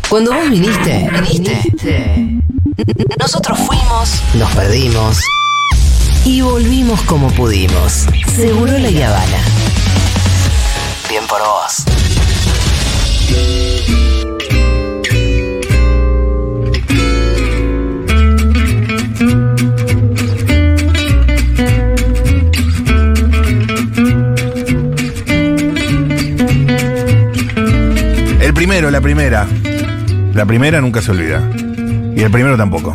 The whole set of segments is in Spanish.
Cuando vos viniste. Nosotros fuimos, nos perdimos y volvimos como pudimos. Seguro La Habana. Bien por vos. El primero, la primera. La primera nunca se olvida. Y el primero tampoco.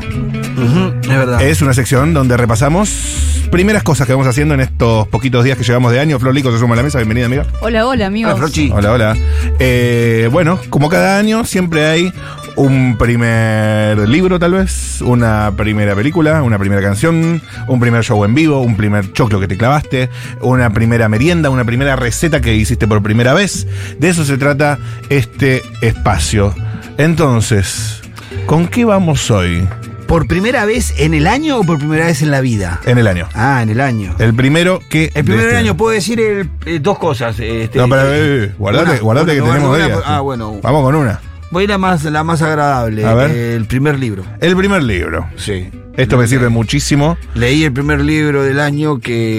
Es verdad. Es una sección donde repasamos primeras cosas que vamos haciendo en estos poquitos días que llevamos de año. Flor Lico se suma a la mesa. Bienvenida, amiga. Hola, amigos. Hola, Flochi. Hola. Bueno, como cada año, siempre hay un primer libro, tal vez, una primera película, una primera canción, un primer show en vivo, un primer choclo que te clavaste, una primera merienda, una primera receta que hiciste por primera vez. De eso se trata este espacio. Entonces, ¿con qué vamos hoy? ¿Por primera vez en el año o por primera vez en la vida? En el año. Ah, en el año. El primero que... El primer año, puedo decir dos cosas. No, pero guardate que tenemos una, días. Bueno. Vamos con una. Voy a ir a la más agradable. A ver. El primer libro. El primer libro. Sí. Esto me sirve muchísimo. Leí el primer libro del año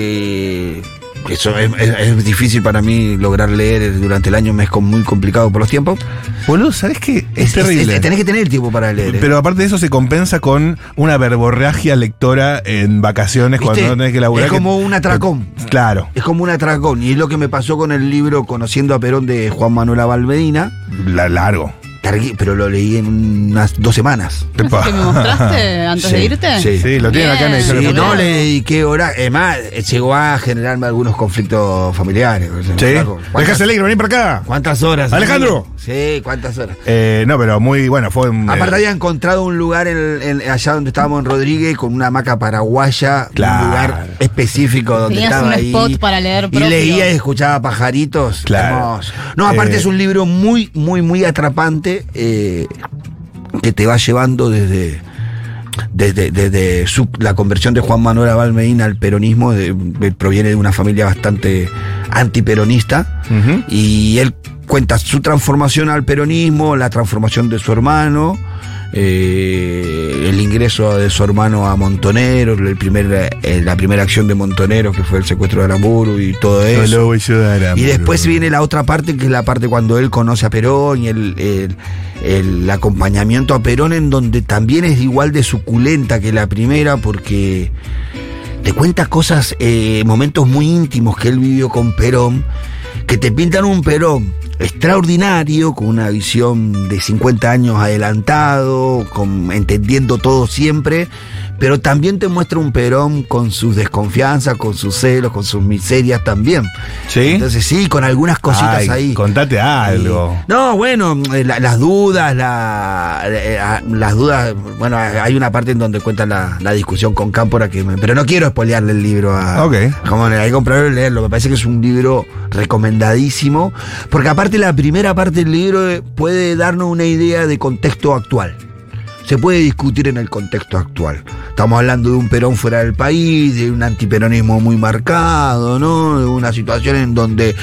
que eso es difícil para mí lograr leer durante el año, me es muy complicado por los tiempos. Boludo, ¿sabés qué? Es terrible. Tenés que tener tiempo para leer. Pero aparte de eso se compensa con una verborragia lectora en vacaciones. ¿Viste? Cuando no tenés que laburar. Es como un atracón. Claro. Es como un atracón. Y es lo que me pasó con el libro Conociendo a Perón de Juan Manuel Abal Medina. Largo. Pero lo leí en unas 2 semanas. ¿No es que me mostraste antes de irte? Sí, lo tienen acá en edición. Sí, no le dediqué horas. Además, llegó a generarme algunos conflictos familiares. Sí. Dejás el libro, vení para acá. ¿Cuántas horas? Alejandro. Sí, ¿cuántas horas? No, pero muy bueno. Fue aparte había encontrado un lugar allá donde estábamos en Rodríguez con una hamaca paraguaya. Claro. Un lugar específico donde tenías estaba un ahí. spot para leer propio. Y leía y escuchaba pajaritos. Claro. Hermoso. No, aparte es un libro muy, muy, muy atrapante. Que te va llevando desde la conversión de Juan Manuel Abal Medina al peronismo. Proviene de una familia bastante antiperonista. Uh-huh. Y él cuenta su transformación al peronismo, la transformación de su hermano, el ingreso de su hermano a Montoneros, la primera acción de Montoneros, que fue el secuestro de Aramburu y todo eso. No lo voy a ayudar, Aramburu. Y después viene la otra parte, que es la parte cuando él conoce a Perón y el acompañamiento a Perón, en donde también es igual de suculenta que la primera, porque te cuenta cosas, momentos muy íntimos que él vivió con Perón, que te pintan un Perón extraordinario, con una visión de 50 años adelantado, entendiendo todo siempre, pero también te muestra un Perón con sus desconfianzas, con sus celos, con sus miserias también. ¿Sí? Entonces sí, con algunas cositas ahí. Contate algo. No, bueno, las dudas, las dudas, bueno, hay una parte en donde cuenta la discusión con Cámpora, pero no quiero spoilearle el libro como hay que comprarlo y leerlo. Me parece que es un libro recomendadísimo, porque aparte la primera parte del libro puede darnos una idea de contexto actual. Se puede discutir en el contexto actual. Estamos hablando de un Perón fuera del país, de un antiperonismo muy marcado, ¿no? De una situación en donde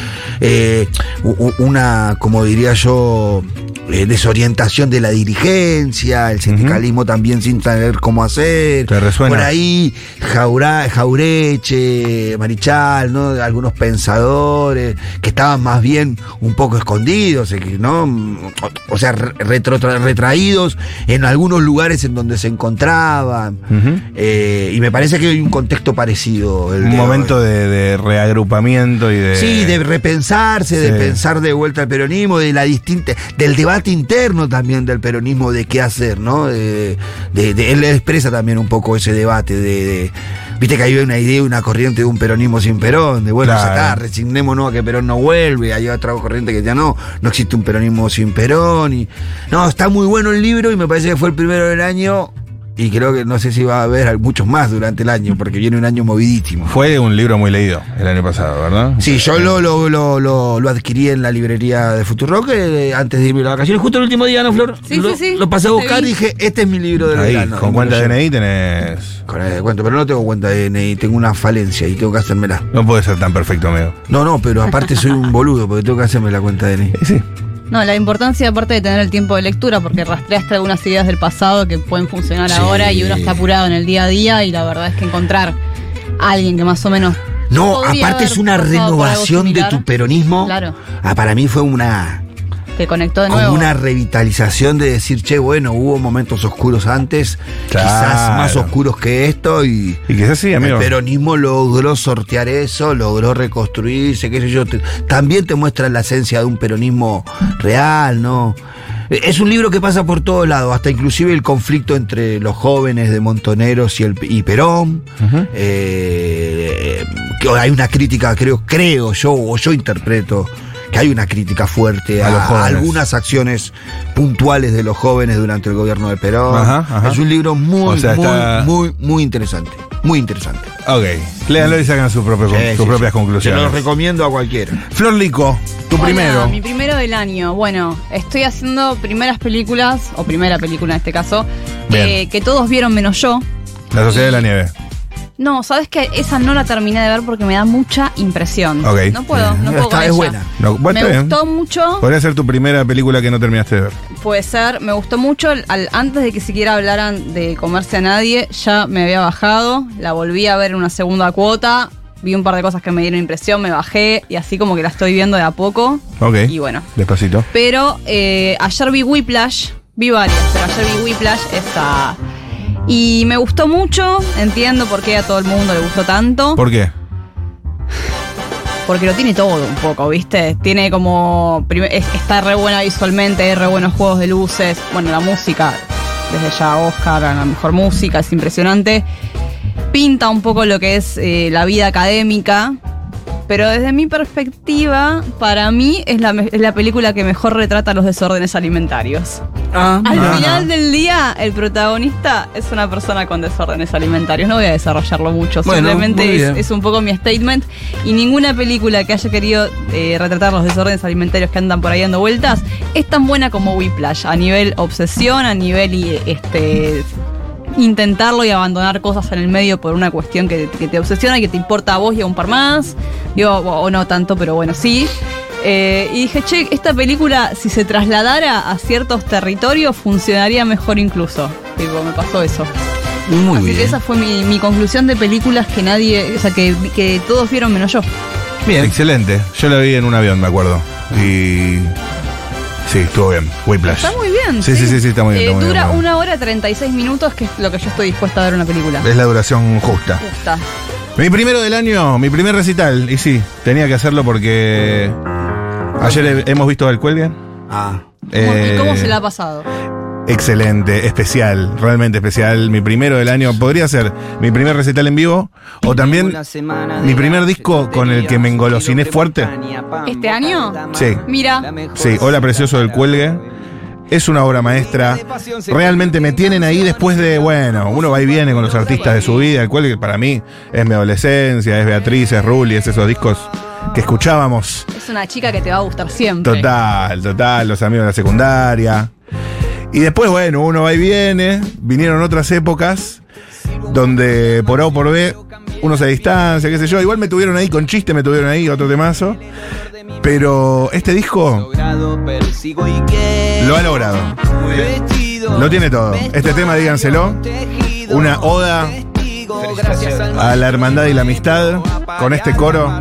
una, como diría yo, desorientación de la dirigencia, el sindicalismo también sin saber cómo hacer. ¿Te resuena? Por ahí Jaureche, Marichal, ¿no? Algunos pensadores que estaban más bien un poco escondidos, ¿no? O sea, retraídos en algunos lugares en donde se encontraban. Y me parece que hay un contexto parecido. Un momento de reagrupamiento y de... Sí, de repensarse, de pensar de vuelta al peronismo, del debate interno también del peronismo, de qué hacer, ¿no? Él expresa también un poco ese debate viste que hay una idea, una corriente de un peronismo sin Perón, de bueno, ya está, resignémonos a que Perón no vuelve. Hay otra corriente que ya no existe un peronismo sin Perón. No, está muy bueno el libro y me parece que fue el primero del año. Y creo que no sé si va a haber muchos más durante el año, porque viene un año movidísimo. Fue un libro muy leído el año pasado, ¿verdad? Sí, yo lo adquirí en la librería de Futurock antes de irme a las vacaciones. Justo el último día, ¿no, Flor? Sí. Lo pasé a buscar y dije, este es mi libro del verano. ¿Con cuenta de DNI tenés? Con cuenta, pero no tengo cuenta de DNI, tengo una falencia y tengo que hacérmela. No puede ser tan perfecto, amigo. No, pero aparte soy un boludo, porque tengo que hacerme la cuenta de DNI. Sí. No, la importancia aparte de tener el tiempo de lectura, porque rastreaste algunas ideas del pasado que pueden funcionar Sí. ahora y uno está apurado en el día a día y la verdad es que encontrar a alguien que más o menos... No, podría aparte haber es una pasado por algo renovación de similar. tu peronismo. Claro. Para mí fue una... Te conectó de como nuevo. una revitalización de decir, che, bueno, hubo momentos oscuros antes, Claro. quizás más oscuros que esto, y quizás sí, amigo. el peronismo logró sortear eso, logró reconstruirse, qué sé yo. También te muestra la esencia de un peronismo real, ¿no? Es un libro que pasa por todos lados, hasta inclusive el conflicto entre los jóvenes de Montoneros y Perón. Ujú. Que hay una crítica, creo yo, o yo interpreto, que hay una crítica fuerte A los a jóvenes. algunas acciones puntuales de los jóvenes durante el gobierno de Perón. Ajá. Es un libro muy, O sea, está- muy interesante. Muy interesante. Ok, léanlo y sacan sus propias Sí, sí, propias sí. conclusiones. Se lo recomiendo a cualquiera. Flor Lico, tu Hola, primero. Mi primero del año. Bueno, estoy haciendo primeras películas, o primera película en este caso, Bien. que todos vieron menos yo. La Sociedad de la Nieve. No, sabes que esa no la terminé de ver porque me da mucha impresión. Ok. No puedo Está- con es ella. buena. No, bueno, Me está bien. gustó mucho, Podría ser tu primera película que no terminaste de ver. puede ser, me gustó mucho. Antes de que siquiera hablaran de Comerse a Nadie, ya me había bajado, la volví a ver en una segunda cuota, vi un par de cosas que me dieron impresión, me bajé y así como que la estoy viendo de a poco. Ok. Y bueno. Despacito. Pero ayer vi Whiplash, vi varias, pero ayer vi Whiplash, esta. Y me gustó mucho, entiendo por qué a todo el mundo le gustó tanto. ¿Por qué? Porque lo tiene todo un poco, ¿viste? Tiene como... está re buena visualmente, hay re buenos juegos de luces. Bueno, la música, desde ya Oscar a la mejor música, es impresionante. Pinta un poco lo que es la vida académica. Pero desde mi perspectiva, para mí es la película que mejor retrata los desórdenes alimentarios. Al final del día, el protagonista es una persona con desórdenes alimentarios. No voy a desarrollarlo mucho, Bueno, muy simplemente bien. es un poco mi statement. Y ninguna película que haya querido retratar los desórdenes alimentarios que andan por ahí dando vueltas es tan buena como Whiplash. A nivel obsesión, a nivel intentarlo y abandonar cosas en el medio por una cuestión que te obsesiona y que te importa a vos y a un par más. Digo, o no tanto, pero bueno, sí. Y dije, che, esta película, si se trasladara a ciertos territorios, funcionaría mejor incluso. Tipo, me pasó eso. Muy Así bien. que esa fue mi conclusión de películas que nadie, o sea, que todos vieron menos yo. Bien. Excelente. Yo la vi en un avión, me acuerdo. Y. Sí, estuvo bien. Whiplash. Está muy bien. Sí, sí, está muy bien. está muy Dura bien. 1 hora 36 minutos, que es lo que yo estoy dispuesta a ver una película. Es la duración justa. Justa. Mi primero del año, mi primer recital. Y sí, tenía que hacerlo porque. Ayer hemos visto El Cuelgue. ¿Y cómo se la ha pasado? Excelente, especial, realmente especial. Mi primero del año podría ser mi primer recital en vivo o también mi primer disco con el que me engolosiné fuerte. ¿Este año? Sí, Mira, sí, Hola Precioso del Cuelgue. Es una obra maestra. Realmente me tienen ahí después de, bueno, uno va y viene con los artistas de su vida. El Cuelgue para mí es mi adolescencia, es Beatriz, es Rulli, es esos discos que escuchábamos. es una chica que te va a gustar siempre. Total, los amigos de la secundaria. Y después, bueno, uno va y viene. Vinieron otras épocas donde por A o por B uno se distancia, qué sé yo. Igual me tuvieron ahí con chiste, me tuvieron ahí otro temazo. Pero este disco lo ha logrado. Lo tiene todo. Este tema, díganselo, una oda a la hermandad y la amistad con este coro.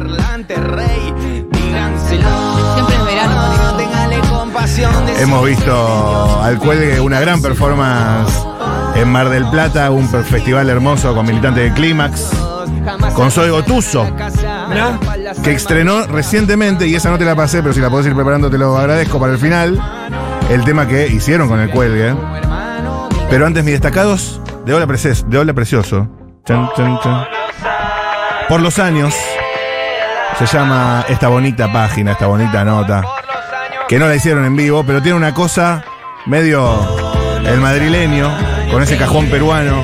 Siempre es verano. Hemos visto al Cuelgue una gran performance en Mar del Plata, un festival hermoso con militantes de Clímax, con Zoe Gotuso, que estrenó recientemente, y esa no te la pasé, pero si la podés ir preparando te lo agradezco para el final, el tema que hicieron con el Cuelgue. Pero antes mis destacados de Hola Precioso. Chan, chan, chan. Por los años se llama esta bonita página, esta bonita nota, que no la hicieron en vivo, pero tiene una cosa medio el madrileño, con ese cajón peruano.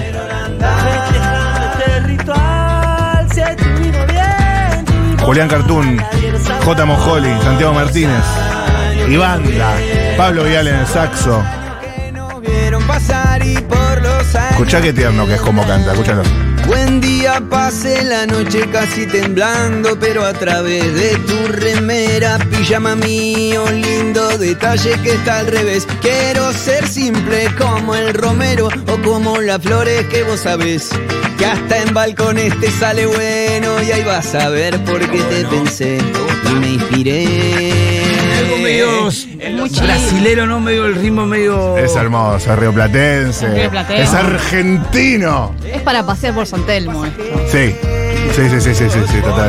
Julián Cartoon, J. Mojoli, Santiago Martínez, y banda, Pablo Vial en el saxo. Escuchá qué tierno que es como canta, escúchalo. Buen día, pasé la noche casi temblando, pero a través de tu remera, pijama mío, lindo detalle que está al revés. Quiero ser simple como el romero o como las flores que vos sabés, que hasta en balcones te sale bueno, y ahí vas a ver por qué te pensé y me inspiré. Algo medio brasilero, ¿no? Medio el ritmo medio... Es hermoso, es rioplatense. Es argentino. Es para pasear por San Telmo esto. Sí, total.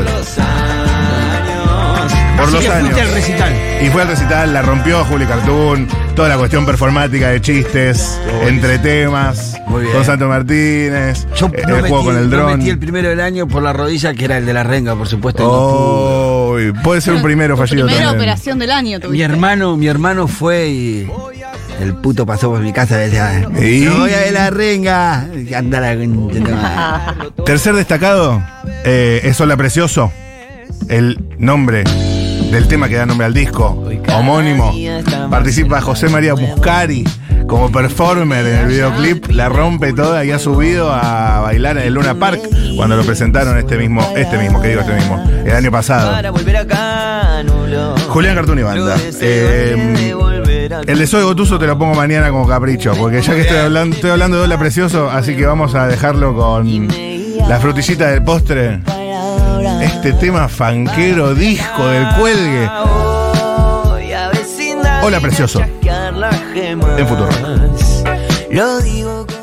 Por los años. Fuiste al recital. Y fue al recital, la rompió Juli Cartoon, toda la cuestión performática de chistes, entre temas, Muy bien. con Santo Martínez, Yo el juego con el dron. metí el primero del año por la rodilla, que era el de la renga, por supuesto. Oh, puede ser un primero fallido Primera también. operación del año tuviste. Mi hermano fue y el puto pasó por mi casa y decía, ¿Y? "No voy a ver la renga". Anda la... Tercer destacado, es Hola Precioso, el nombre del tema que da nombre al disco, homónimo. Participa José María Muscari como performer en el videoclip, la rompe toda y ha subido a bailar en el Luna Park cuando lo presentaron el año pasado. Julián Cartoon y Banda. El de Soy Gotuso te lo pongo mañana como capricho, porque ya que estoy hablando de Hola Precioso, así que vamos a dejarlo con la frutillita del postre. Este tema fanquero, disco del cuelgue. Hola Precioso. En Futuro. Lo digo